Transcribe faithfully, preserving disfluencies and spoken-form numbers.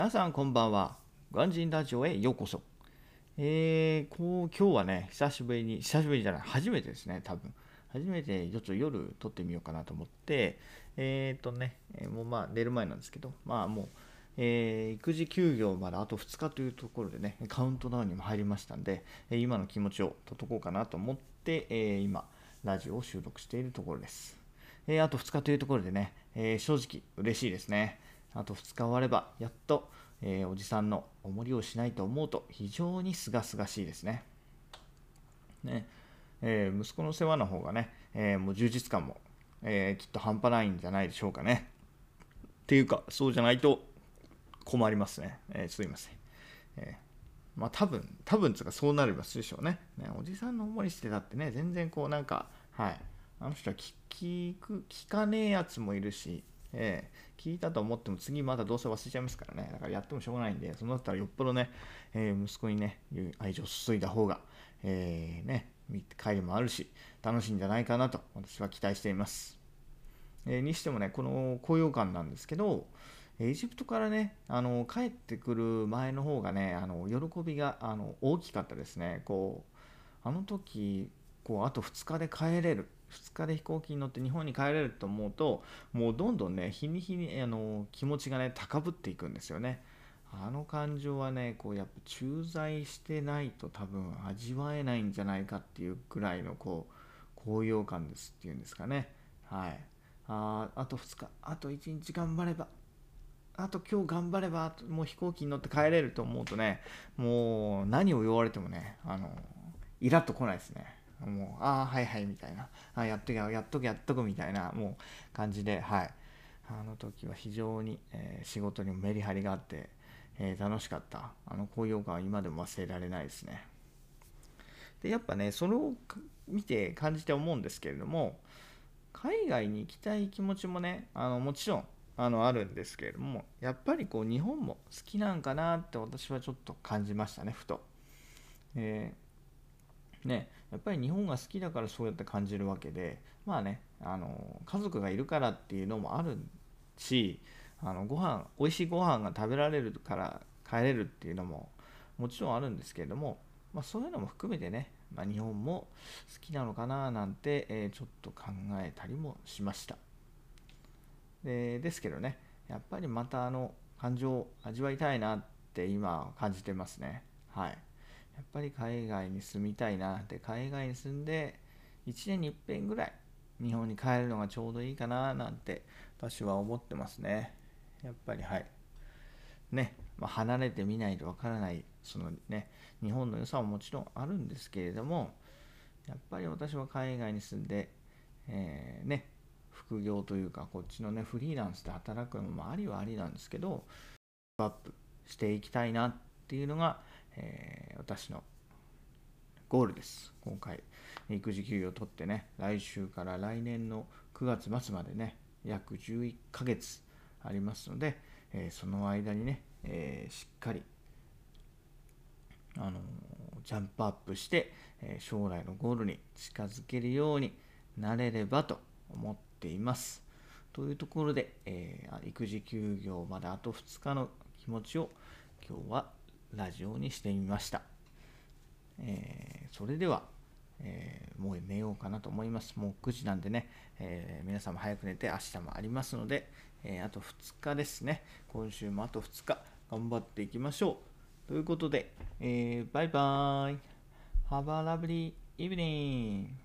皆さんこんばんは。ガンジンラジオへようこそ。えー、こう今日はね、久しぶりに、久しぶりじゃない、初めてですね、多分。初めてちょっと夜撮ってみようかなと思って、えーとね、えーもうまあ寝る前なんですけど、まあもう、えー育児休業まであとふつかというところでね、カウントダウンにも入りましたんで、えー今の気持ちをとっとこうかなと思って、えー今、ラジオを収録しているところです。えーあとふつかというところでね、えー正直嬉しいですね。あとふつか終われば、やっと、えーおじさんのおもりをしないと思うと非常にすがすがしいですね。ねえー息子の世話の方がね、えーもう充実感も、えーきっと半端ないんじゃないでしょうかね。っていうか、そうじゃないと困りますね。えーすいません。えーまあ多分、多分つうかそうなりますでしょうね。ねおじさんのおもりしてたってね、全然こうなんか、はい。あの人は聞聞く、聞かねえやつもいるし、えー聞いたと思っても次まだどうせ忘れちゃいますからね。だからやってもしょうがないんで、そのだったらよっぽどね、えー息子にね、愛情を注いだ方が、えーね、帰りもあるし、楽しいんじゃないかなと私は期待しています。えーにしてもね、この高揚感なんですけど、エジプトからね、あの帰ってくる前の方がね、あの喜びがあの大きかったですね。こうあの時こうあとふつかで帰れる、ふつかで飛行機に乗って日本に帰れると思うと、もうどんどんね、日に日にあの気持ちがね、高ぶっていくんですよね。あの感情はね、こうやっぱ駐在してないと多分味わえないんじゃないかっていうくらいのこう高揚感ですっていうんですかね。はい。ああとふつか、あといちにち頑張れば、あと今日頑張れば、もう飛行機に乗って帰れると思うとね、もう何を言われてもね、あの、イラッと来ないですね。もう、ああ、はいはいみたいな、あやっとけ、やっとけ、やっとくみたいな、もう感じで、はい。あの時は非常に、えー仕事にもメリハリがあって、えー楽しかった。あの高揚感は今でも忘れられないですね。で、やっぱね、それを見て感じて思うんですけれども、海外に行きたい気持ちもね、あのもちろんあのあるんですけれども、やっぱりこう日本も好きなんかなって私はちょっと感じましたね、ふと。えーね、やっぱり日本が好きだからそうやって感じるわけで、まあね、あの家族がいるからっていうのもあるし、あのご飯美味しいご飯が食べられるから帰れるっていうのももちろんあるんですけれども、まあ、そういうのも含めてね、まあ、日本も好きなのかななんて、えーちょっと考えたりもしました。でですけどね、やっぱりまたあの感情を味わいたいなって今感じてますね。はい。やっぱり海外に住みたいなって、海外に住んでいちねんにいっぺんぐらい日本に帰るのがちょうどいいかななんて私は思ってますね。やっぱりはい。ね、まあ、離れてみないとわからないそのね、日本の良さはもちろんあるんですけれども、やっぱり私は海外に住んで、えーね、副業というか、こっちのね、フリーランスで働くのもありはありなんですけど、アップしていきたいなっていうのが、えー私のゴールです。今回、育児休業を取ってね、来週から来年のくがつ末までね、約じゅういっかげつありますので、えーその間にね、えーしっかりあのジャンプアップして、えー将来のゴールに近づけるようになれればと思っています。というところで、えー育児休業まであとふつかの気持ちを今日はラジオにしてみました。えーそれでは、えーもう寝ようかなと思います。もうくじなんでね、えー皆さんも早く寝て明日もありますので、えーあとふつかですね。今週もあとふつか頑張っていきましょう。ということで、えーバイバーイ。Have a lovely evening.